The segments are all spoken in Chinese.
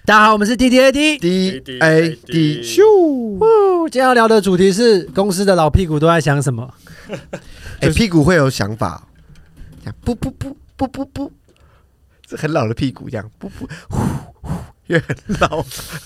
大家好，我们是 DDAD DAD 咻。今天要聊的主题是公司的老屁股都在想什么？ 屁股会有想法，这样不不不不不不，这很老的屁股这样不不，也很老。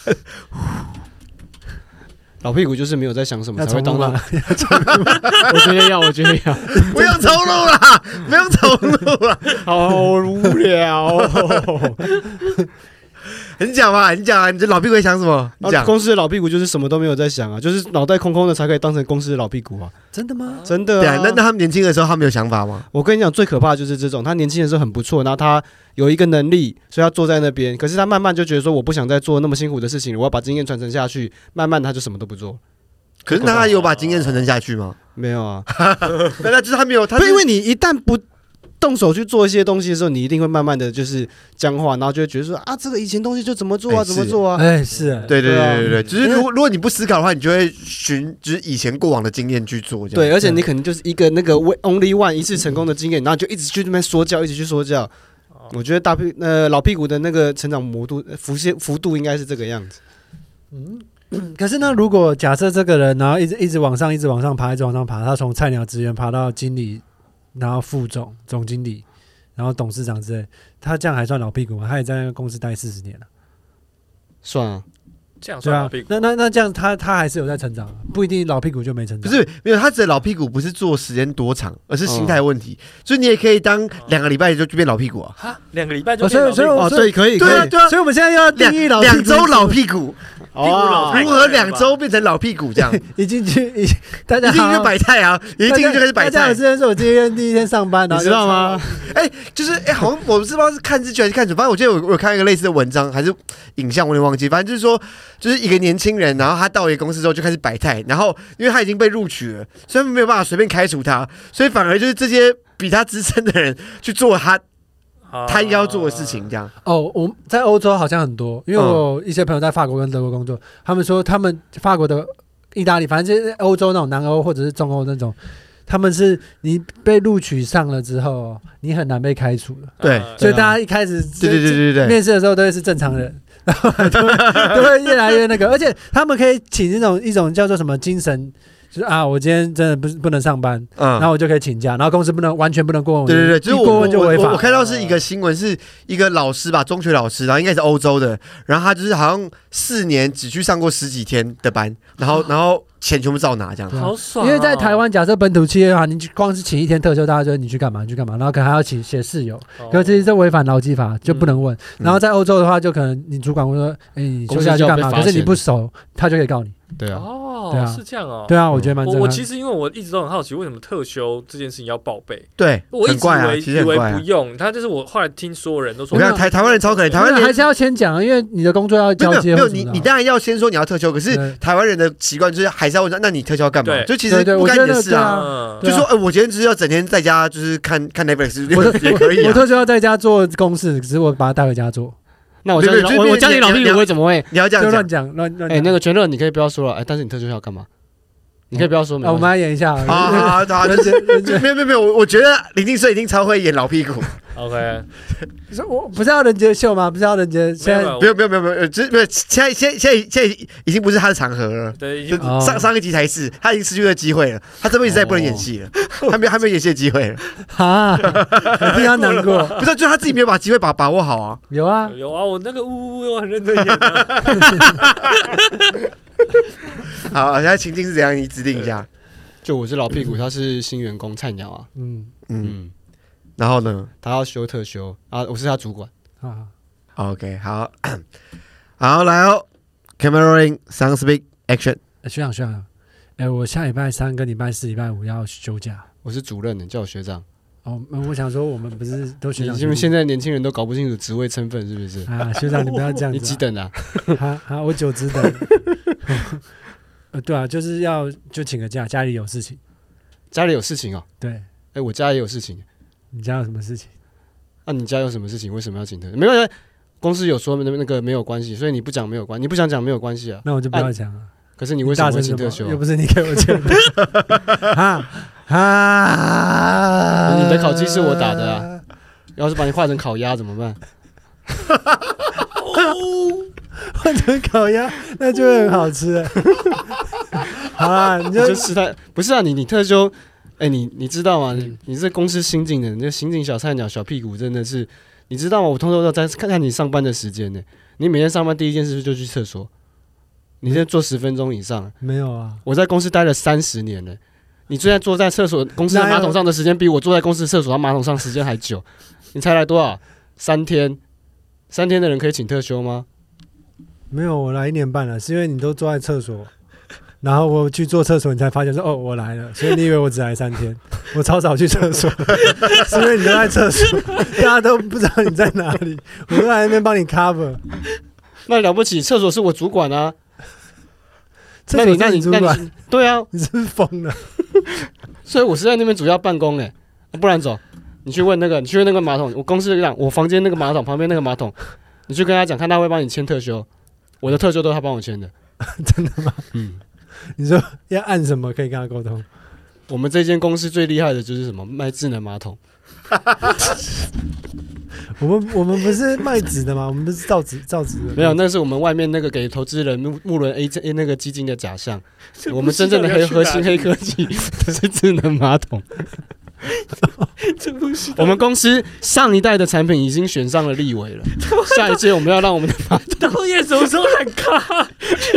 老屁股就是没有在想什么要才会当到。 我觉得要， 不用重录啦，不用重录啦， 好无聊、哦。 你讲嘛，你讲啊，你这老屁股会想什么？你讲。 公司的老屁股就是什么都没有在想啊，就是脑袋空空的才可以当成公司的老屁股啊。 真的吗？ 真的、啊。 对啊，那他们年轻的时候，他们有想法吗？ 我跟你讲，最可怕的就是这种，他年轻的时候很不错，然后他有一个能力，所以他坐在那边。可是他慢慢就觉得说，我不想再做那么辛苦的事情，我要把经验传承下去。慢慢他就什么都不做。 可是他有把经验传承下去吗？ 没有啊。 那就是他没有，他因为你一旦不动手去做一些东西的时候，你一定会慢慢的就是僵化，然后就会觉得说啊，这个以前东西就怎么做啊，怎么做啊？ 是， 对，就是如果你不思考的话，你就会循就是以前过往的经验去做。 对，而且你可能就是一个那个 only one 一次成功的经验，然后就一直去那边说教，一直去说教。我觉得老屁股的那个成长幅度应该是这个样子。 可是呢，如果假设这个人，然后一直往上，一直往上爬，一直往上爬，他从菜鸟职员爬到经理，然后副总、总经理，然后董事长之类，他这样还算老屁股吗？他也在那个公司待40年了， 算啊， 这样算老屁股。 那这样他还是有在成长，不一定老屁股就没成长。 不是，没有，他指的老屁股不是做时间多长，而是心态问题。所以你也可以当2个礼拜就变老屁股啊。 哈，2个礼拜就变老屁股。 哦，对，可以， 对啊，对啊。 所以我们现在要定义老屁股 2周老屁股。 如何2周变成老屁股这样？ 一进去，大家一进去就摆菜啊，一进去就开始摆菜。 大家有之前说我今天第一天上班， 你知道吗？ 好像我不知道是看日剧还是看什么，反正我记得我有看一个类似的文章还是影像，我有点忘记。反正就是说，就是一个年轻人，然后他到一个公司之后就开始摆菜，然后因为他已经被录取了，所以他们没有办法随便开除他，所以反而就是这些比他资深的人去做他应该要做的事情，这样。 我在欧洲好像很多，因为我有一些朋友在法国跟德国工作，他们说他们法国的、意大利，反正就是欧洲那种南欧或者是中欧那种，他们是你被录取上了之后，你很难被开除的。 对， 所以大家一开始对面试的时候都会是正常人，然后都会越来越那个，而且他们可以请一种叫做什么精神。就是我今天真的不能上班，然后我就可以请假，然后公司完全不能过问。 对，就是过问就违法。 我看到是一个新闻，是一个老师吧，中学老师，然后应该是欧洲的，然后他就是好像4年只去上过10几天的班，然后钱全部照拿这样。 好爽！ 因为在台湾，假设本土企业的话，你光是请1天特休，大家就你去干嘛，然后可能还要写事由，可是这违反劳基法就不能问。然后在欧洲的话，就可能你主管会说，你休假去干嘛？可是你不熟，他就可以告你。 对啊。 对啊， 是这样哦。 对啊，我觉得蛮正常。 我其实因为我一直都很好奇，为什么特休这件事情要报备？ 对， 我一直以为不用，他就是我后来听所有人都说， 我看台湾人超可怜，台湾人还是要先讲，因为你的工作要交接。 没有，你当然要先说你要特休，可是台湾人的习惯就是还是要问，那你特休要干嘛？就其实不干你的事啊。就说我今天只是要整天在家，就是看 Netflix 也可以。 我特休要在家做公事，只是我把它带回家做。 那我叫你老屁股，我会怎么会？ 你要这样乱讲。 那个全乐，你可以不要说了。但是你特休要干嘛？你可以不要说。 我们来演一下。 没有，我觉得林定顺已经超会演老屁股。 OK， 我不是要人杰秀吗？不是要人杰，现在没有，现在已经不是他的场合了。 对，已经上一集才是，他已经失去了机会了，他这辈子再也不能演戏了，他没有演戏的机会了。 我替他难过。 不是，就他自己没有把机会把握好啊。 有啊，我那个我很认真演。 好，现在情境是怎样？你指定一下。 就我是老屁股，他是新员工菜鸟啊。 然后呢？ 他要休特休啊，我是他主管。 OK， 好，来哦 ，Camera rolling， sound speak action。 学长，我下礼拜3跟礼拜4、礼拜5要休假。 我是主任，你叫我学长。 我想说我们不是都学长？ 因为现在年轻人都搞不清楚职位称分，是不是？ 学长你不要这样子。 你几等啊？ 我9职等。对啊，就是就请个假，家里有事情。 家里有事情哦？ 对。 我家也有事情。 你家有什么事情？ 你家有什么事情？为什么要请特休？没关系，公司有说那个没有关系，所以你不讲没有关系，你不想讲没有关系啊。 那我就不要讲了。 可是你为什么会请特休？ 又不是你给我钱的。 你的烤鸡是我打的啊！要是把你换成烤鸭怎么办？ 换成烤鸭，那就会很好吃。好啦，你就试探，不是啊？你特休，你知道吗？你是公司新进的，你这新进小菜鸟、小屁股，真的是，你知道吗？我通常都在看你上班的时间呢。你每天上班第一件事就去厕所，你现在坐10分钟以上。 没有啊？ 我在公司待了30年了，你最近坐在厕所公司的马桶上的时间，比我坐在公司厕所上马桶上时间还久。你才来多少？3天，3天的人可以请特休吗？ 没有，我来1年半了，是因为你都坐在厕所，然后我去坐厕所，你才发现说哦，我来了，所以你以为我只来3天，我超少去厕所，是因为你都在厕所，大家都不知道你在哪里，我都在那边帮你 cover。 那了不起，厕所是我主管啊。 厕所是你主管？ 对啊， 你是不是疯了？ 所以我是在那边主要办公不然走，你去问那个马桶，我公司讲，我房间那个马桶旁边那个马桶，你去跟他讲，看他会帮你签特休，我的特休都是他帮我签的。 真的吗？你说要按什么可以跟他沟通？ 我们这间公司最厉害的就是什么？卖智能马桶。 我们不是卖纸的吗？我们不是造纸的。 没有，那是我们外面那个给投资人木轮 A 那个基金的假象。我们真正的核心黑科技是智能马桶。我们公司上一代的产品已经选上了立委了，下一届我们要让我们的马桶导演什么时候喊卡？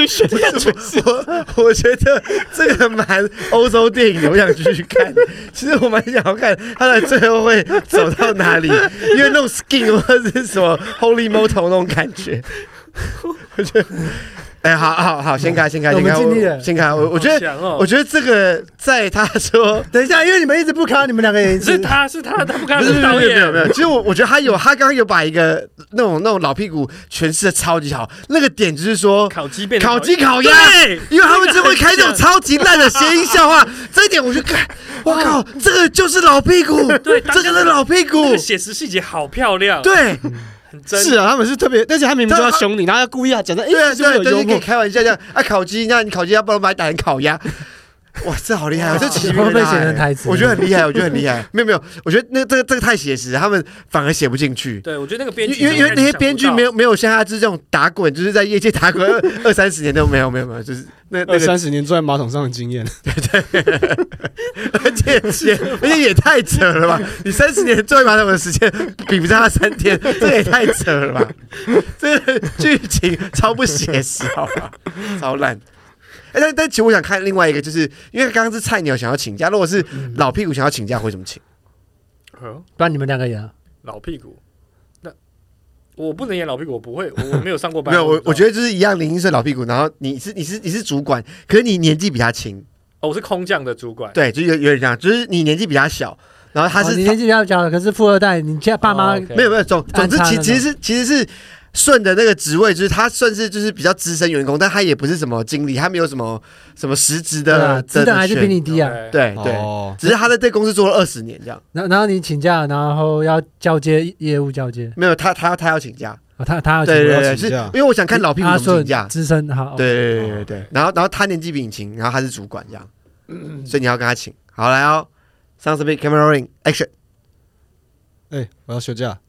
我觉得这个蛮欧洲电影的，我想继续看。其实我蛮想要看他的最后会走到哪里，因为那种 skin 或者是什么 Holy Moto 那种感觉，我觉得。好，先开， 我们尽力了， 先开。我觉得这个在他说， 等一下，因为你们一直不卡，你们2个也是他不卡， 是导演， 没有。其实我觉得他刚刚有把一个那种老屁股诠释的超级好。那个点就是说， 烤鸡烤鸭，因为他们就会开这种超级烂的谐音笑话。这一点我就看，我靠，这个就是老屁股， 对， 这就是老屁股， 那个写实细节好漂亮， 对。 是啊，他们是特别，而且他明明就要凶你，然后要故意讲的， 对，就可以开玩笑这样啊，烤鸡，那你烤鸡要不然把它打成烤鸭，哇，这好厉害啊！这其实会被写成台词， 我觉得很厉害，没有，我觉得这个太写实，他们反而写不进去。 对，我觉得那个编剧， 因为那些编剧没有像他这种打滚，就是在业界打滚20-30年都没有，就是那 20-30年坐在马桶上的经验。 对，而且也太扯了吧！你30年坐在马桶的时间比不上他3天，这也太扯了吧！这个剧情超不写实，好吧，超烂。但其实我想看另外一个，就是因为刚刚是菜鸟想要请假，如果是老屁股想要请假会怎么请？ 不然你们2个演啊？ 老屁股，那我不能演老屁股，我不会，我没有上过班。 没有，我觉得就是一样，00岁老屁股，然后你是主管，可是你年纪比他轻。 我是空降的主管。 对，就有点这样，就是你年纪比他小，然后他是你年纪比较小，可是富二代，你家爸妈没有，总之其实是。顺的那个职位就是他算是就是比较资深员工，但他也不是什么经理，他没有什么实职的， 职等还是比你低啊。 对，只是他在这公司做了20年这样。 然后你请假，然后要交接业务交接， 没有他要请假， 他要请假， 对， 是因为我想看老屁股怎么请假， 资深好， 对，然后他年纪比你轻，然后他是主管这样，所以你要跟他请。好来哦 ，Sounds big camera rolling action。 我要休假。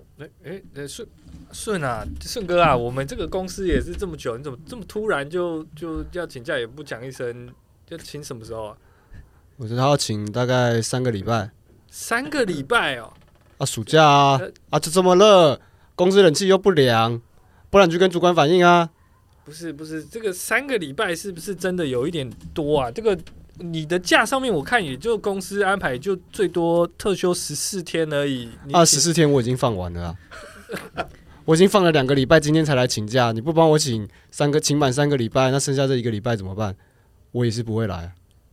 顺哥啊，我们这个公司也是这么久，你怎么这么突然就要请假，也不讲一声，就请什么时候啊？ 我觉得他要请大概3个礼拜。 3个礼拜哦？ 暑假啊，就这么热，公司冷气又不良，不然你就跟主管反映啊。 不是，这个3个礼拜是不是真的有一点多啊？这个你的假上面我看也就公司安排就最多特休14天而已。 14天我已经放完了啊。我已经放了2个礼拜，今天才来请假。你不帮我请满3个礼拜，那剩下这1个礼拜怎么办？我也是不会来啊。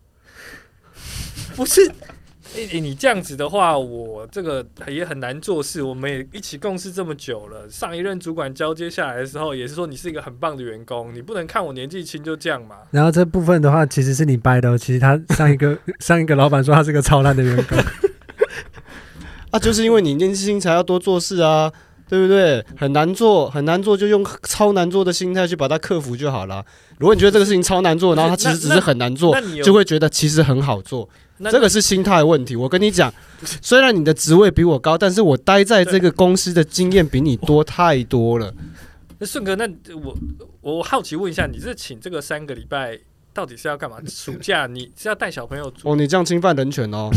不是，你这样子的话，我这个也很难做事。我们也一起共事这么久了，上一任主管交接下来的时候，也是说你是一个很棒的员工，你不能看我年纪轻就这样嘛。 然后这部分的话，其实是你掰的，其实他上一个老板说他是个超烂的员工。 就是因为你年纪轻才要多做事啊。对不对？很难做就用超难做的心态去把它克服就好了。如果你觉得这个事情超难做，然后它其实只是很难做，就会觉得其实很好做。这个是心态问题。我跟你讲，虽然你的职位比我高，但是我待在这个公司的经验比你多太多了。 那顺哥，那我好奇问一下，你是请这个3个礼拜到底是要干嘛？暑假你是要带小朋友住？ 哦，你这样侵犯人权哦！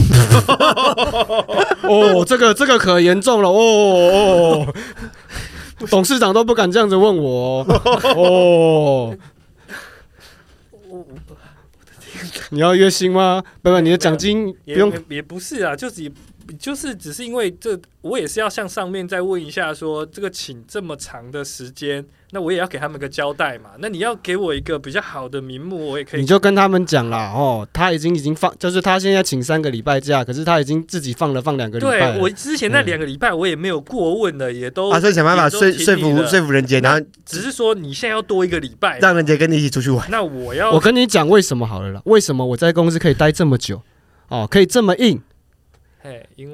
哦，这个可严重了哦！董事长都不敢这样子问我哦。你要月薪吗？不，你的奖金不用也不是啊，就是只是因为我也是要向上面再问一下说这个请这么长的时间，那我也要给他们个交代嘛。那你要给我一个比较好的名目，我也可以。 你就跟他们讲啦，哦，他已经放，就是他现在请3个礼拜假，可是他已经自己放2个礼拜。 对，我之前那2个礼拜我也没有过问的，也都所以想办法说服人杰，然后只是说你现在要多1个礼拜， 让人杰跟你一起出去玩。 那我跟你讲为什么好了啦，为什么我在公司可以待这么久，哦，可以这么硬。 因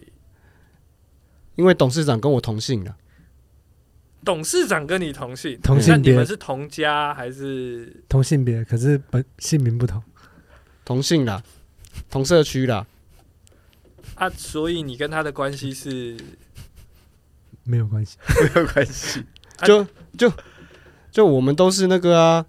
为董事长跟我同姓了。 董事长跟你同姓， 同性别， 那你们是同家还是同性别？可是姓名不同， 同姓啦，同社区啦。 啊，所以你跟他的关系是没有关系， 没有关系。 就我们都是那个啊，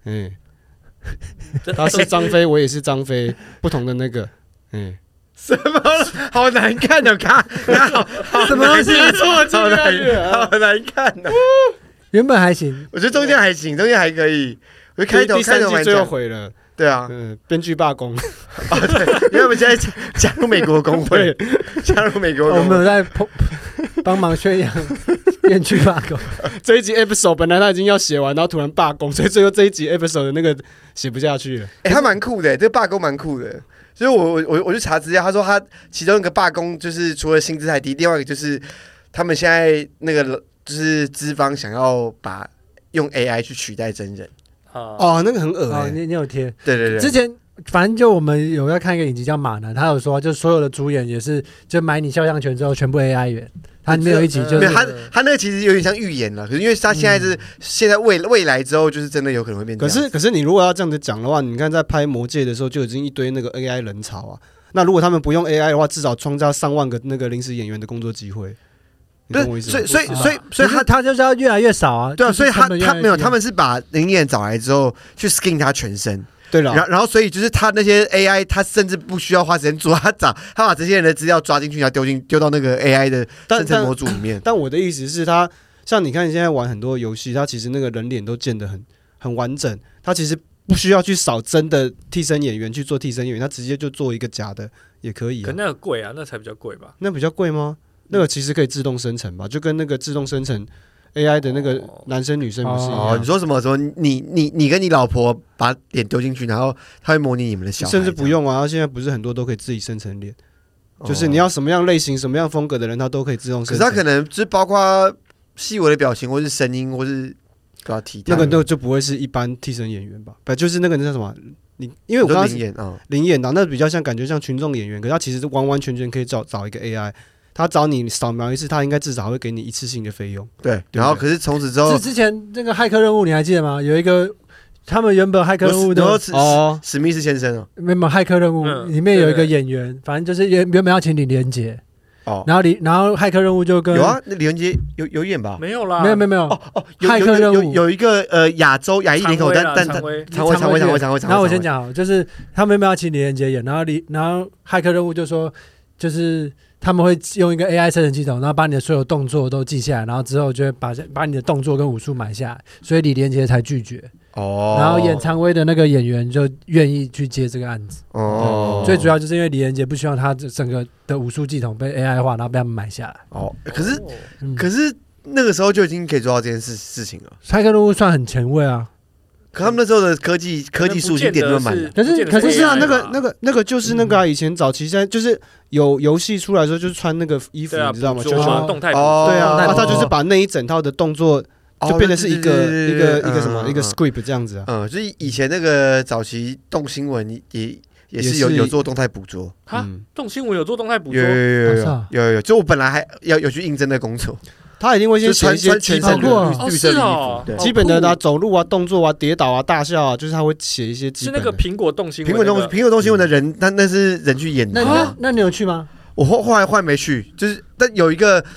他是张飞，我也是张飞，不同的那个， 什么？好难看的卡， 什么东西？ 好难看的。 原本还行， 我觉得中间还行，中间还可以。我开头第3季最后毁了。 对啊， 编剧罢工。 对，因为我们现在加入美国工会，加入美国工会， 我们有在帮忙宣扬编剧罢工。 这一集 episode 本来他已经要写完，然后突然罢工，所以最后这一集 episode 的那个写不下去了。 他蛮酷的，这个罢工蛮酷的。所以我去查资料，他说他其中一个罢工就是除了薪资太低，另外一个就是他们现在那个就是资方想要用 AI 去取代真人。 那个很恶你有贴？ 对。 之前反正就我们有要看一个影集叫《马男》，他有说，就所有的主演也是就买你肖像权之后全部 AI 演。他里面有一集就是他那个其实有点像预言了，可是因为他现在未来之后就是真的有可能会变这样。 可是你如果要这样子讲的话，你看在拍《魔戒》的时候就已经一堆那个 AI 人潮啊。那如果他们不用 AI 的话，至少创造上万个那个临时演员的工作机会。你懂我意思吗？ 所以他就是要越来越少啊。 对啊，所以他没有，他们是把灵演找来之后去 skin 他全身。 对了， 然后所以就是他那些 AI， 他甚至不需要花时间做，他把这些人的资料抓进去，然后丢到那个 AI 的生成模组里面。 但我的意思是，他像你看现在玩很多游戏，他其实那个人脸都建得很完整，他其实不需要去找真的替身演员去做替身演员，他直接就做一个假的也可以。 可那个贵啊，那才比较贵吧？ 那比较贵吗？那个其实可以自动生成吧，就跟那个自动生成 AI 的那个男生女生不是一样？ 你说什么？你跟你老婆把脸丢进去，然后他会模拟你们的小孩， 甚至不用啊！现在不是很多都可以自己生成脸，就是你要什么样类型、什么样风格的人，他都可以自动生成。 可是他可能就是包括细微的表情，或是声音，或是都要替代。 那个就不会是一般替身演员吧？就是那个叫什么？因为我刚刚灵演那比较像感觉像群众演员，可是他其实是完完全全可以找一个 AI。他找你扫描一次，他应该至少会给你一次性的费用。 对，然后可是从此之后， 之前那个骇客任务你还记得吗？有一个他们原本骇客任务的史密斯先生哦， 没有骇客任务里面有一个演员，反正就是原本要请李连杰。然后骇客任务就跟有啊，那李连杰有演吧？ 没有啦， 没有骇客任务有一个亚裔脸孔，但常威。 然后我先讲，就是他们原本要请李连杰演，然后骇客任务就说就是他们会用一个 AI 生成系统，然后把你的所有动作都记下来，然后之后就会把你的动作跟武术买下来，所以李连杰才拒绝。然后演常威的那个演员就愿意去接这个案子。最主要就是因为李连杰不希望他整个的武术系统被 AI 化，然后被他们买下来。 可是那个时候就已经可以做到这件事情了。 骇客任务算很前卫啊。 可他们那时候的科技属性点都满了。 可是啊，那个就是那个啊，以前早期现在就是有游戏出来的时候，就是穿那个衣服，你知道吗？ 就是动态。 对啊，他就是把那一整套的动作就变成是一个什么一个 script 这样子啊。 就是以前那个早期动新闻也是有做动态捕捉。 动新闻有做动态捕捉？ 有，就我本来还有去应征的工作。 他一定会先写一些全身绿色的衣服， 基本的走路啊、动作啊、跌倒啊、大笑啊，就是他会写一些基本的。 是那个苹果动新闻， 苹果动新闻的人，那是人去演的。 那你有去吗？ 我后来没去，就是但有一个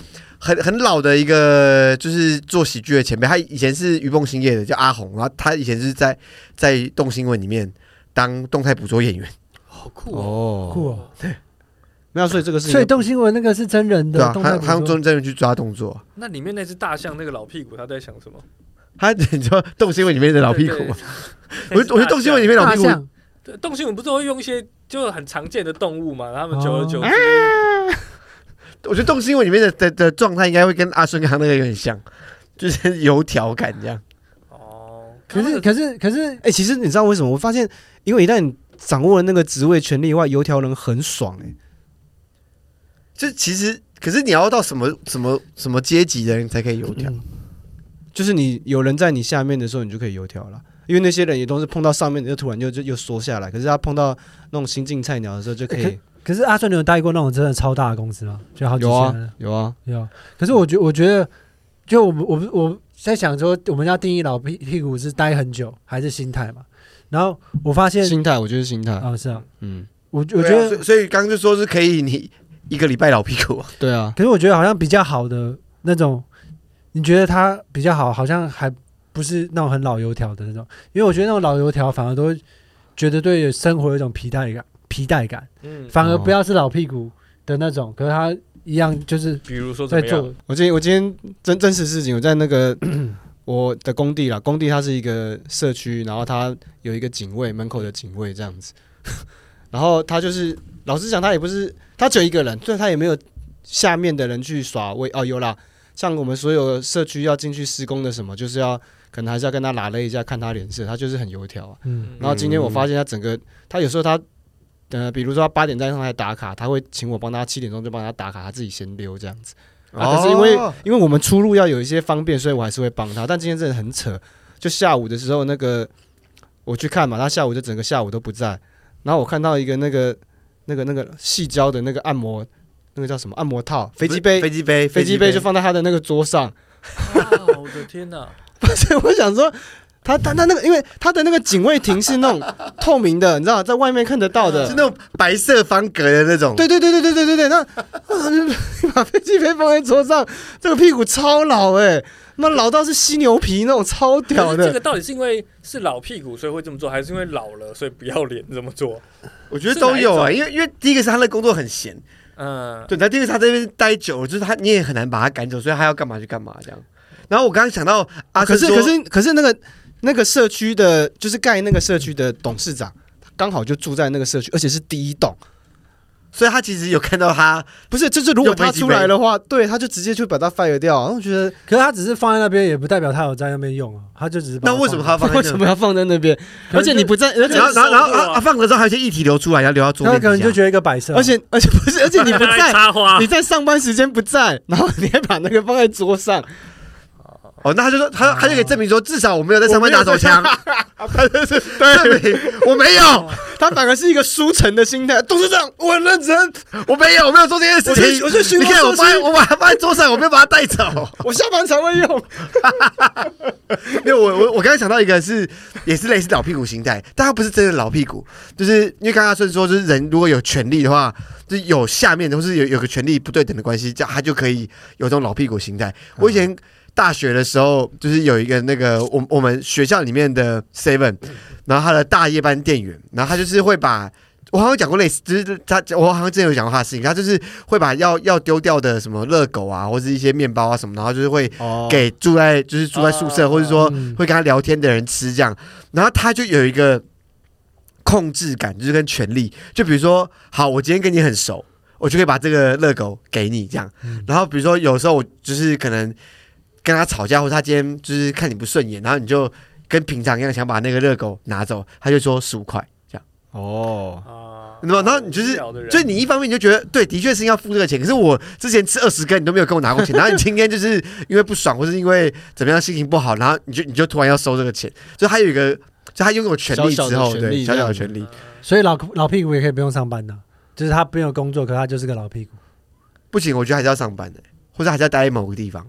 很老的一个就是做喜剧的前辈，他以前是鱼蹦兴业的，叫阿红，然后他以前是在动新闻里面当动态捕捉演员。 好酷哦， 哦， 酷哦。 没有，所以这个是所以动新闻那个是真人的， 对啊， 动态捕捉他用真人去抓动作。 那里面那只大象那个老屁股，他在想什么？ 你说动新闻里面的老屁股吗？ 对？ 我觉得动新闻里面老屁股， 大象， 对动新闻不是会用一些就很常见的动物嘛？他们久而久之， 我觉得动新闻里面的状态应该会跟阿顺刚刚那个有点像，就是油条感这样。 哦， 可是， 其实你知道为什么？我发现，因为一旦你掌握了那个职位权力的话，油条人很爽就其实，可是你要到什么阶级的人才可以油条？ 就是你有人在你下面的时候，你就可以油条了。因为那些人也都是碰到上面的，就突然就又缩下来。可是他碰到那种新进菜鸟的时候，就可以。 可是阿顺，你有待过那种真的超大的公司吗？就好几千人。 有啊。 可是我觉得，就我在想说，我们要定义老屁股是待很久还是心态嘛？然后我发现心态，我觉得心态是啊， 嗯， 我觉得， 所以刚刚就说是可以你1个礼拜老屁股。 对啊。 可是我觉得好像比较好的那种，你觉得他比较好，好像还不是那种很老油条的那种，因为我觉得那种老油条反而都觉得对生活有一种皮带感，反而不要是老屁股的那种，可是他一样就是比如说在做。 我今天真实事情，我在那个我的工地啦，工地它是一个社区，然后它有一个警卫，门口的警卫这样子，然后他就是老实讲，他也不是他只有一个人，所以他也没有下面的人去耍威哦，有啦，像我们所有社区要进去施工的什么，就是要可能还是要跟他拉了一下，看他脸色，他就是很油条啊。然后今天我发现他整个，他有时候他比如说他8点在上台打卡，他会请我帮他7点钟就帮他打卡，他自己先溜这样子。可是因为我们出入要有一些方便，所以我还是会帮他。但今天真的很扯，就下午的时候那个我去看嘛，他下午就整个下午都不在。然后我看到一个那个细胶的那个按摩，那个叫什么按摩套，飞机杯就放在他的那个桌上。 我的天哪！ 不是，我想说。他那个，因为他的那个警卫亭是那种透明的，你知道，在外面看得到的， 是那种白色方格的那种。 对，那你把飞机杯放在桌上，这个屁股超老那老到是犀牛皮那种超屌的。 这个到底是因为是老屁股所以会这么做，还是因为老了所以不要脸这么做？ 我觉得都有因为第一个是他的工作很闲，对，那第二个是他这边待久了，就是你也很难把他赶走，所以他要干嘛就干嘛这样。然后我刚刚想到可是那个社区的，就是盖那个社区的董事长，刚好就住在那个社区，而且是第1栋， 所以他其实有看到他， 不是，就是如果他出来的话，对，他就直接就把他 fire 掉。然后我觉得， 可是他只是放在那边，也不代表他有在那边用他就只是那为什么他放在为什么要放在那边？而且你不在，而且然后放的时候还有些液体流出来，要流到桌面底下， 他可能就觉得一个摆设， 而且不是，而且你不在， 插花， 你在上班时间不在，然后你还把那个放在桌上。 那他就说他就可以证明说，至少我没有在上班拿手枪，他就是证明我没有， 他反而是一个输诚的心态。董事长，我很认真， 我没有做这件事情。 我去你看我把它放在桌上，我没有把它带走， 我下班才会用。 没有，我刚才想到一个也是类似老屁股心态，但他不是真的老屁股，就是因为刚刚顺说，就是人如果有权利的话，就是有下面的或是有个权利不对等的关系，他就可以有这种老屁股心态。我以前大学的时候，就是有一个那个我们学校里面的 Seven， 然后他的大夜班店员，然后他就是会把我好像讲过类似，就是我好像之前有讲过他的事情，他就是会把要丢掉的什么热狗啊，或是一些面包啊什么，然后就是会给住在宿舍，或者说会跟他聊天的人吃这样，然后他就有一个控制感，就是跟权力，就比如说，好，我今天跟你很熟，我就可以把这个热狗给你这样，然后比如说有时候我就是可能跟他吵架，或者他今天就是看你不顺眼，然后你就跟平常一样想把那个热狗拿走，他就说15块这样。然后你就是你一方面你就觉得对，的确是要付这个钱，可是我之前吃20根你都没有跟我拿过钱，然后你今天就是因为不爽，或是因为怎么样心情不好，然后你就突然要收这个钱，所以他有一个，就他拥有权利之后，对，小小的权利， 所以老屁股也可以不用上班的，就是他没有工作，可他就是个老屁股。 不行，我觉得还是要上班的，或者还是要待在某个地方。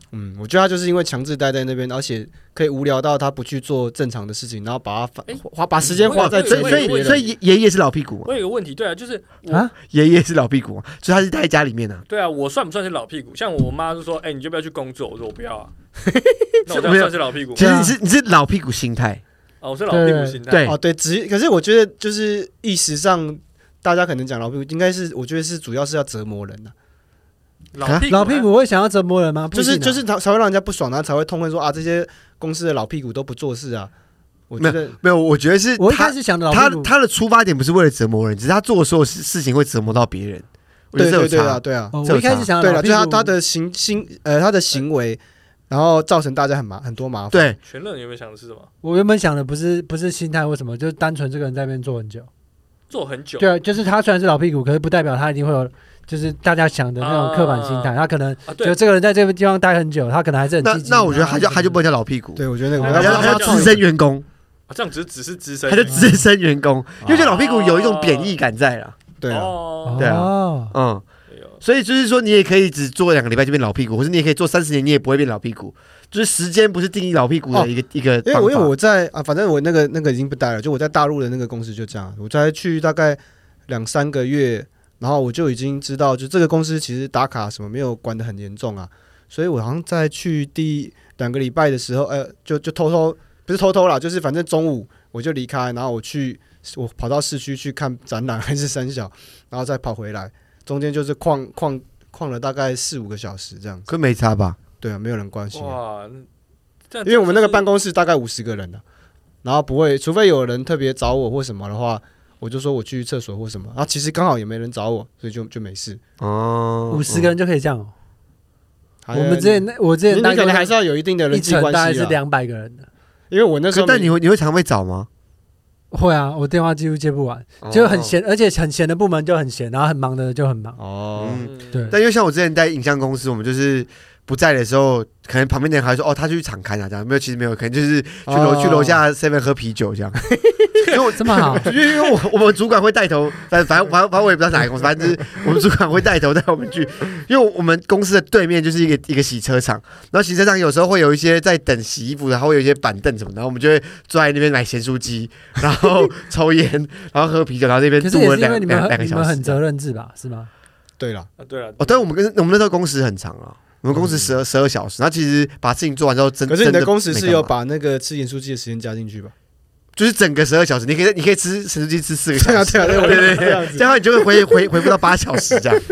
我觉得他就是因为强制待在那边，而且可以无聊到他不去做正常的事情，然后把时间花在所以爷爷是老屁股。 我有个问题，对啊，就是爷爷是老屁股，所以他是待在家里面啊。 对啊，我算不算是老屁股？像我妈就说：“你就不要去工作。”我说：“我不要啊。”那我这样算是老屁股？ 其实你是老屁股心态。 我是老屁股心态。 对，可是我觉得就是意识上，大家可能讲老屁股，应该是我觉得是主要是要折磨人啊。 老屁股会想要折磨人吗？ 就是才会让人家不爽，然后才会痛恨说这些公司的老屁股都不做事啊。我觉得没有，我觉得是我一开始想的他的出发点不是为了折磨人，只是他做的所有事情会折磨到别人。 对啊。 我一开始想的对了，就是他的行为，然后造成大家很多麻烦。 对， 全乐，你有没有想的是什么？ 我原本想的不是心态或什么，就是单纯这个人在那边做很久。 做很久。 对啊，就是他虽然是老屁股，可是不代表他一定会有。就是大家想的那种刻板心态，他可能就这个人在这个地方待很久，他可能还是很积极。 那我觉得他就不能叫老屁股， 对我觉得那个他叫资深员工， 这样只是资深， 他就资深员工，因为老屁股有一种贬义感在啦。 对啊， 对啊，所以就是说你也可以只做2个礼拜就变老屁股，或者你也可以做30年，你也不会变老屁股。就是时间不是定义老屁股的一个方法。 因为我在反正我那个已经不待了，就我在大陆的那个公司就这样，我才去大概2-3个月。然后我就已经知道，就这个公司其实打卡什么没有管得很严重啊，所以我好像在去第2个礼拜的时候，就偷偷不是偷偷啦，就是反正中午我就离开，然后我跑到市区去看展览还是三小，然后再跑回来，中间就是晃了大概4-5个小时这样子。 可没差吧？ 对啊，没有人关心。 哇， 因为我们那个办公室大概50个人的，然后不会，除非有人特别找我或什么的话。我就说我去厕所或什么，然后其实刚好也没人找我，所以就没事。 50个人就可以这样我之前你可能还是要有一定的人际关系， 大概是200个人的。 因为我那时候， 但你会常被找吗？ 会啊，我电话几乎接不完，就很闲，而且很闲的部门就很闲，然后很忙的就很忙。对。 但因为像我之前在影像公司，我们就是不在的时候，可能旁边的人还说他去场刊啊，这样没有，其实没有，可能就是去楼下 7 喝啤酒这样。 因为我这么好， 因为我们主管会带头，反正我也不知道哪个公司，反正就是我们主管会带头带我们去，因为我们公司的对面就是一个洗车场，然后洗车场有时候会有一些在等洗衣服，然后会有一些板凳什么的，然后我们就会坐在那边买咸酥鸡，然后抽烟，然后喝啤酒，然后那边度了2个小时。 你们很责任制吧？是吗？ 对了， 对了， 但我们那时候工时很长啊。我们工时12小时，然后其实把事情做完之后，可是你的工时是有把那个吃盐酥鸡的时间加进去吧？就是整个12小时，你可以吃咸酥鸡吃4个小时， 对， 这样你就会回复到8小时这样。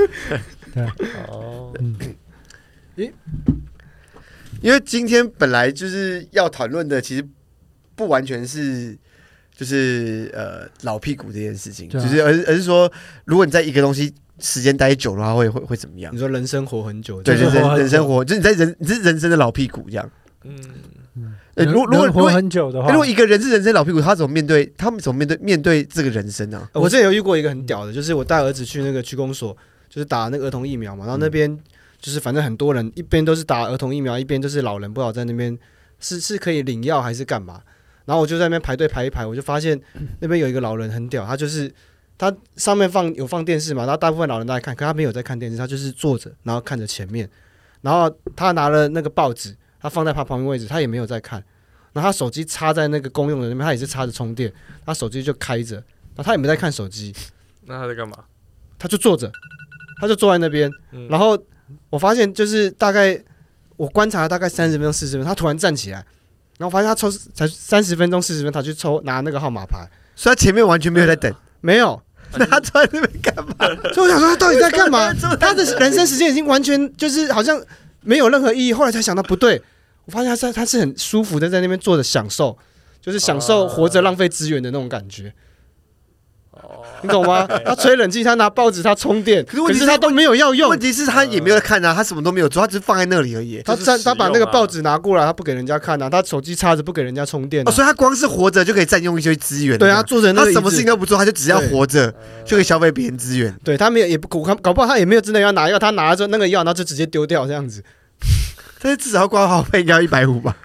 对，因为今天本来就是要讨论的，其实不完全是就是老屁股这件事情，就是而是说，如果你在一个东西时间待久的话，会怎么样？ 你说人生活很久， 对，人生活，就是你是人生的老屁股这样。如果活很久的话， 如果一个人是人生老屁股，他们怎么面对这个人生呢？ 我之前有遇过一个很屌的，就是我带儿子去那个区公所，就是打那个儿童疫苗嘛，然后那边就是反正很多人，一边都是打儿童疫苗，一边都是老人，不知道在那边是可以领药还是干嘛。然后我就在那边排队排一排，我就发现那边有一个老人很屌，他上面有放电视嘛，然后大部分老人都在看，可他没有在看电视，他就是坐着，然后看着前面，然后他拿了那个报纸，他放在他旁边位置，他也没有在看，然后他手机插在那个公用的那边，他也是插着充电，他手机就开着，然后他也没在看手机， 那他在干嘛？ 他就坐着，他就坐在那边，然后我发现就是大概我观察了大概30分钟40分钟，他突然站起来，然后发现他才30分钟40分钟，他去拿那个号码牌， 所以他前面完全没有在等， 没有。 那他坐在那边干嘛？ 所以我想说他到底在干嘛？他的人生时间已经完全就是好像没有任何意义。后来才想到不对，我发现他是很舒服的在那边坐着享受，就是享受活着浪费资源的那种感觉。你懂吗？他吹冷气，他拿报纸，他充电，可是他都没有要用。 问题是他也没有在看啊，他什么都没有做，他只是放在那里而已。 他把那个报纸拿过来，他不给人家看啊，他手机插着不给人家充电。 所以他光是活着就可以占用一些资源。 对啊，坐着那个， 他什么事情都不做，他就只要活着就可以消费别人资源。 对他没有，也不搞不好他也没有真的要拿药，他拿着那个药，然后就直接丢掉这样子。 但是至少挂号费应该要150吧？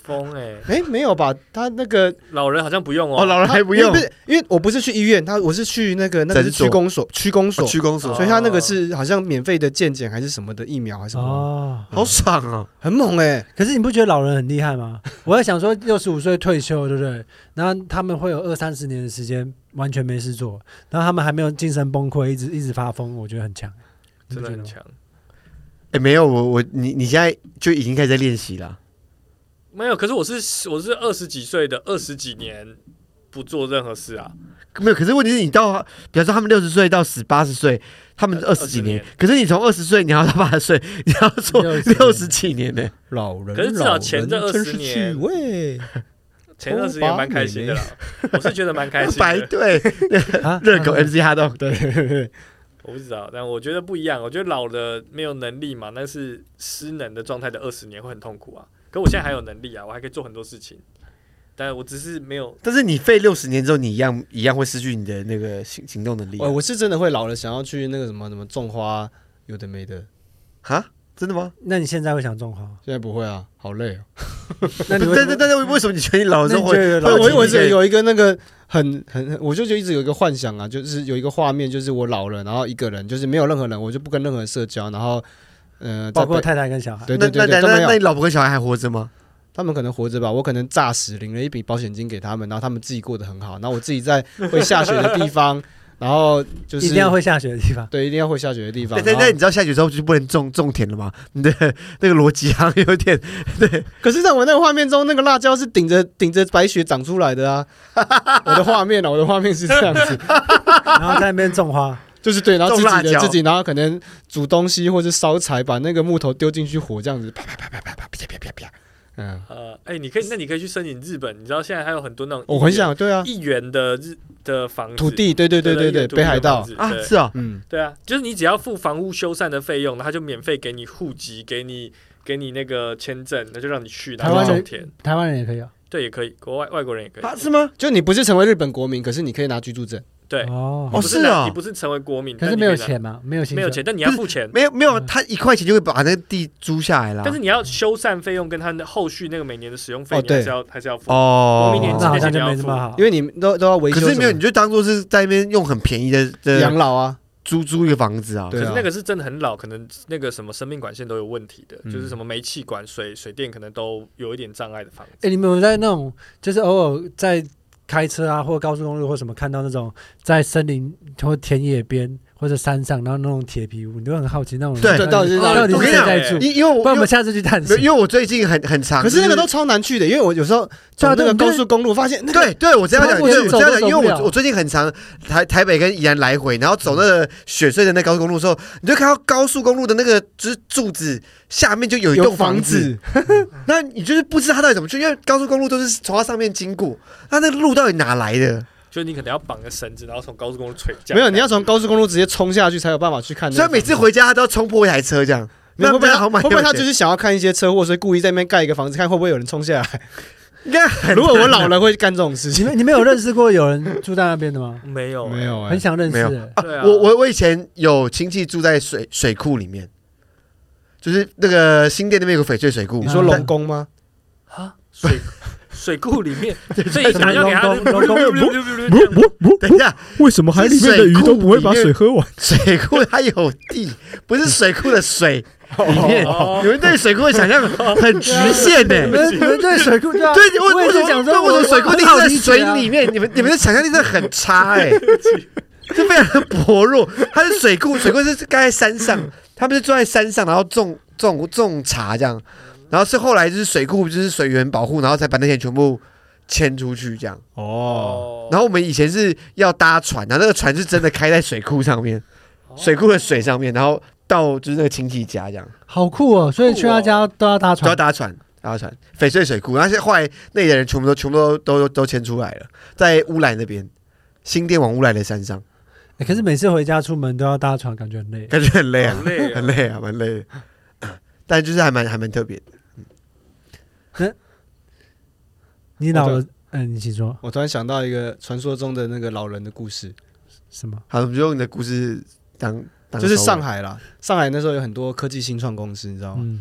疯哎、 没有吧？他那个老人好像不用哦。 哦，老人还不用因为不是，因为我不是去医院，我是去那个是诊所区公所，区公所， 区公所， 所以他那个是好像免费的健检还是什么的疫苗还是什么， 哦， 好爽哦！ 很猛哎。 可是你不觉得老人很厉害吗？我在想说，65岁退休，对不对？然后他们会有20-30年的时间完全没事做，然后他们还没有精神崩溃，一直发疯，我觉得很强， 真的很强。 哎，没有你现在就已经开始在练习了。 没有，可是我是20几岁的20几年不做任何事啊。 没有，可是问题是你到，比方说他们60岁到80岁，他们20几年，可是你从20岁你要到80岁，你要做60几年呢。 老人， 可是至少前这20 真是年趣味， 前20年蛮开心的啦，我是觉得蛮开心的。 白对，热狗 MC 哈豆， 对， 我不知道，但我觉得不一样。我觉得老了没有能力嘛，那是失能的状态的20年会很痛苦啊。可我现在还有能力啊，我还可以做很多事情，但我只是没有。 但是你废60年之后，你一样会失去你的那个行动能力。 我是真的会老了，想要去那个什么种花，有的没的。 哈，真的吗？ 那你现在会想种花？ 现在不会啊，好累哦。 那你但是为什么你觉得你老了之后会？ 我是有一个那个我就一直有一个幻想啊，就是有一个画面，就是我老了，然后一个人，就是没有任何人，我就不跟任何人社交，然后包括太太跟小孩。 对， 那你老婆跟小孩还活着吗？ 他们可能活着吧，我可能诈死领了一笔保险金给他们，然后他们自己过得很好，然后我自己在会下雪的地方，然后就是一定要会下雪的地方。 对，一定要会下雪的地方。 但你知道下雪之后就不能种田了吗？你的那个逻辑好像有点对。 可是在我那个画面中，那个辣椒是顶着白雪长出来的啊！我的画面是这样子， 然后在那边种花。 就是对，然后自己，然后可能煮东西或是烧柴，把那个木头丢进去火，这样子啪啪啪啪啪啪啪啪啪啪。 你可以去申请日本，你知道现在还有很多那种我很想对啊 ，1元的房子土地，对，北海道啊，是啊， 对啊，就是你只要付房屋修缮的费用，他就免费给你户籍，给你那个签证，那就让你去，然后种田。 台湾人也可以啊？ 对，也可以，外国人也可以啊？是吗？ 就你不是成为日本国民，可是你可以拿居住证。 对是啊， 你不是成为国民， 可是没有钱吗？没有钱， 但你要付钱。 没有，他1块钱就会把那个地租下来了。 但是你要修缮费用跟他的后续那个每年的使用费，你还是要付。 哦， 国民年金好像就没这么好， 因为你都要维修。 可是没有，你就当做是在那边用很便宜的养老啊， 租一个房子啊。 可是那个是真的很老，可能那个什么生命管线都有问题的，就是什么煤气管、水电可能都有一点障碍的房子。 你们有在那种就是偶尔在开车啊，或高速公路或什么看到那种在森林或田野边或者山上，然后那种铁皮屋，你都很好奇那种对， 到底是谁在住？ 因为我们下次去探险。 因为我最近很长， 可是那个都超难去的，因为我有时候走那个高速公路，发现对我这样讲，因为我最近很长台北跟宜兰来回，然后走那个雪隧的那高速公路的时候，你就看到高速公路的那个就是柱子下面就有一栋房子，那你就是不知道它到底怎么去，因为高速公路都是从它上面经过，那个路到底哪来的？ 就是你可能要绑个绳子，然后从高速公路垂降。 没有，你要从高速公路直接冲下去才有办法去看。 所以每次回家他都要冲破一台车这样。 会不会他就是想要看一些车祸，所以故意在那边盖一个房子，看会不会有人冲下来？ 应该很。 如果我老了会干这种事情。 你们有认识过有人住在那边的吗？ 没有， 很想认识。 对啊， 我以前有亲戚住在水库里面，就是那个新店那边有个翡翠水库。 你说龙宫吗？ 啊，水库里面，所以你打电话给他， 等一下， 为什么海里面的鱼都不会把水喝完？ 水库它有地，不是水库的水里面。你们对水库的想象很局限呢。 你们对水库对， 我也是想说，为什么水库地在水里面？你们的想象力真的很差哎，就非常的薄弱。它是水库是盖在山上，他们是住在山上，然后种茶这样。然后是后来就是水库就是水源保护，然后才把那些全部迁出去这样。然后我们以前是要搭船，然后那个船是真的开在水库上面，水库的水上面，然后到就是那个亲戚家这样。 好酷哦！所以去他家都要搭船， 翡翠水库。然后后来那里的人全部都迁出来了，在乌来那边，新店往乌来的山上。 可是每次回家出门都要搭船，感觉很累， 很累啊，蛮累的。但就是还蛮特别的。 你老了，你请说。 我突然想到一个传说中的那个老人的故事。 什么？ 好，我们就用你的故事当就是上海啦。上海那时候有很多科技新创公司，你知道吗？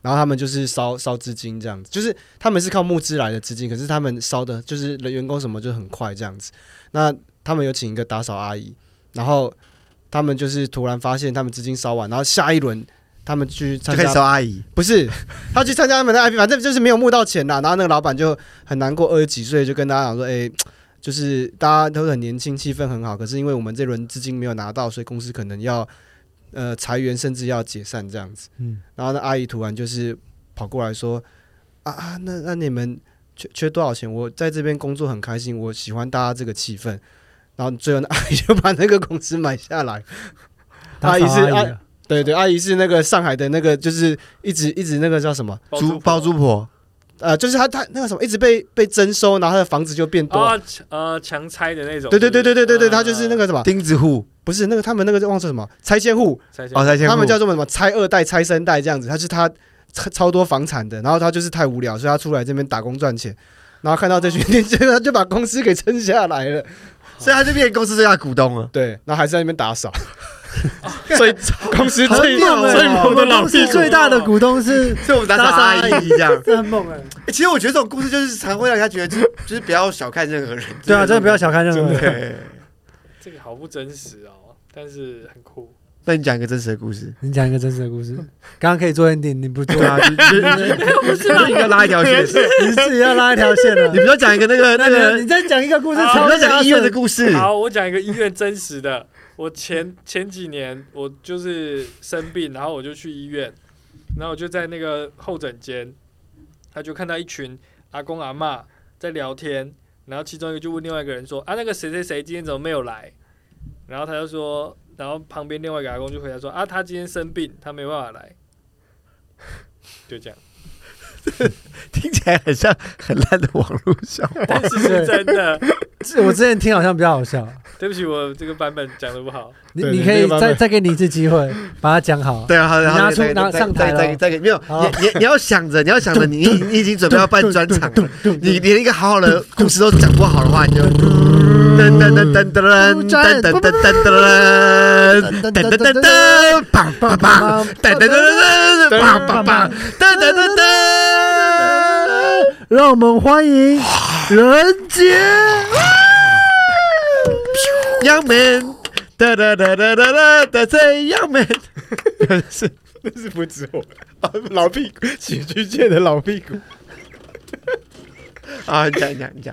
然后他们就是烧资金这样子，就是他们是靠募资来的资金，可是他们烧的就是员工什么就很快这样子。那他们有请一个打扫阿姨，然后他们就是突然发现他们资金烧完，然后下一轮他们去参加就可以烧阿姨， 不是，他去参加他们的 IP， 反正就是没有募到钱啦。然后那个老板就很难过，20几岁就跟大家讲说，就是大家都很年轻，气氛很好，可是因为我们这轮资金没有拿到，所以公司可能要裁员，甚至要解散这样子。然后那阿姨突然就是跑过来说，那你们缺多少钱？我在这边工作很开心，我喜欢大家这个气氛。然后最后那阿姨就把那个公司买下来。阿姨是对，阿姨是那个上海的那个，就是一直那个叫什么包租婆， 就是他那个什么一直被征收，然后他的房子就变多。 强拆的那种。 对，他就是那个什么钉子户， 不是那个他们那个忘记什么拆迁户， 拆迁户， 他们叫做什么拆2代、拆3代这样子。他超多房产的，然后他就是太无聊，所以他出来这边打工赚钱，然后看到这群年轻人，他就把公司给撑下来了。 所以他就变成公司最大的股东了。 对，然后还在那边打扫。所以公司最猛的老屁股，最大的股东是我们打扫阿姨这样， 这很猛其实我觉得这种故事就是常会让人家觉得，就是不要小看任何人。 对啊，真的不要小看任何人。 这个好不真实哦，但是很酷。 那你讲一个真实的故事。 你讲一个真实的故事。刚刚可以做 ending， 你不做啊？ 不是应该拉一条线？ 你自己要拉一条线了。 你不要讲一个那个， 你再讲一个故事， 你不要讲医院的故事。 好，我讲一个医院真实的。我前几年我就是生病，然后我就去医院，然后我就在那个候诊间，他就看到一群阿公阿嬷在聊天，然后其中一个就问另外一个人说：“那个谁谁谁今天怎么没有来？”然后他就说，然后旁边另外一个阿公就回答说：“他今天生病，他没办法来。”就这样。 听起来很像很烂的网络笑话， 但是是真的。 我之前听好像比较好笑。 对不起，我这个版本讲的不好。 你可以再给你一次机会，把它讲好。 对啊， 拿上台了。 再给没有？你要想着，你已经准备要办专场了，你连一个好好的故事都讲不好的话，你就噔噔噔噔噔噔噔噔噔噔噔噔噔噔噔，棒棒棒，噔噔噔噔，棒棒棒，噔噔噔噔。 让我们欢迎人杰。 杨门，哒哒哒哒哒哒哒，在杨门， 那是不止我，老屁股，喜剧界的老屁股。 啊，你讲。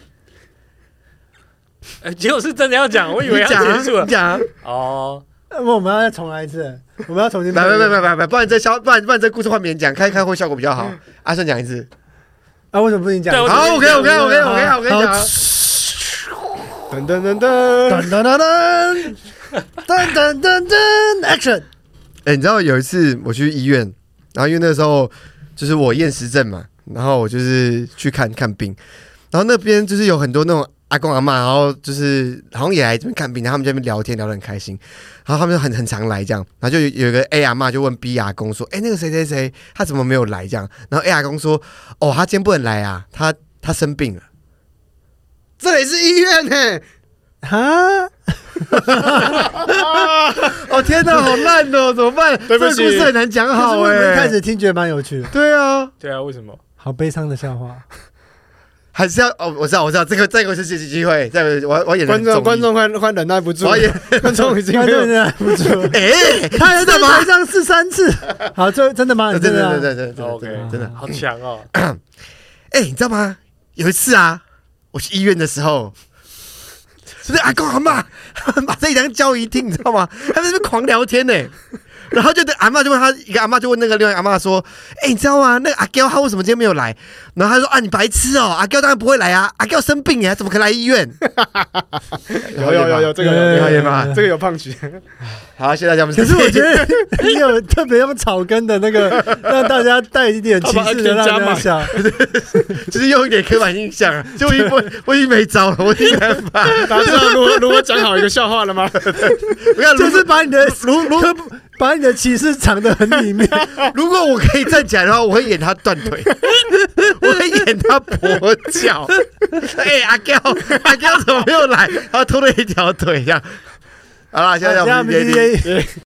结果是真的要讲，我以为要结束了。 你讲哦， 那我们要再重来一次，我们要重新。 不，不然这故事换别人讲，看会效果比较好。阿顺讲一次。 为什么不你讲？ 好，我跟你讲。 噔噔噔噔噔噔噔 ，Action！ 你知道有一次我去医院，然后因为那时候就是我厌食症嘛，然后我就是去看病，然后那边就是有很多那种阿公阿嬷，然后就是好像也来这边看病，然后他们在那边聊天聊得很开心，然后他们就很常来这样，然后就有一个 A 阿嬷就问 B 阿公说：“那个谁谁谁他怎么没有来？”这样，然后 A 阿公说：“他今天不能来啊，他生病了。”这里是医院呢。 哈！ 天哪，好烂哦，怎么办？ 对不起， 这个故事很难讲好我一开始听觉得蛮有趣的。 对啊， 为什么？ 好悲伤的笑话。 还是要我知道，这个是机会，我演观众快忍耐不住，观众已经忍耐不住。他在台上试3次。好，真的吗？ 真的 ，OK， 真的好强哦。 你知道吗？有一次啊，我去医院的时候，是阿公阿嬷他们把这一张交谊厅，你知道吗？他们在那边狂聊天呢。然后阿嬷就问他，一个阿嬷就问那个另外一个阿嬷说：“你知道吗？那个阿娇他为什么今天没有来？”然后他说：“你白痴哦，阿娇当然不会来啊，阿娇生病怎么可能来医院？” 有这个有胖曲。 好，谢谢大家。 可是我觉得你有特别用草根的那个，让大家带一点歧视的，让大家想， 就是用一点刻板印象。就我已经没招了，我已经没办法。 大家知道如何讲好一个笑话了吗？ 就是把你的歧视藏得很里面。 如果我可以站起来的话，我会演他断腿，我会演他跛脚。阿娇怎么没有来？他拖了一条腿这样。好了，现在我们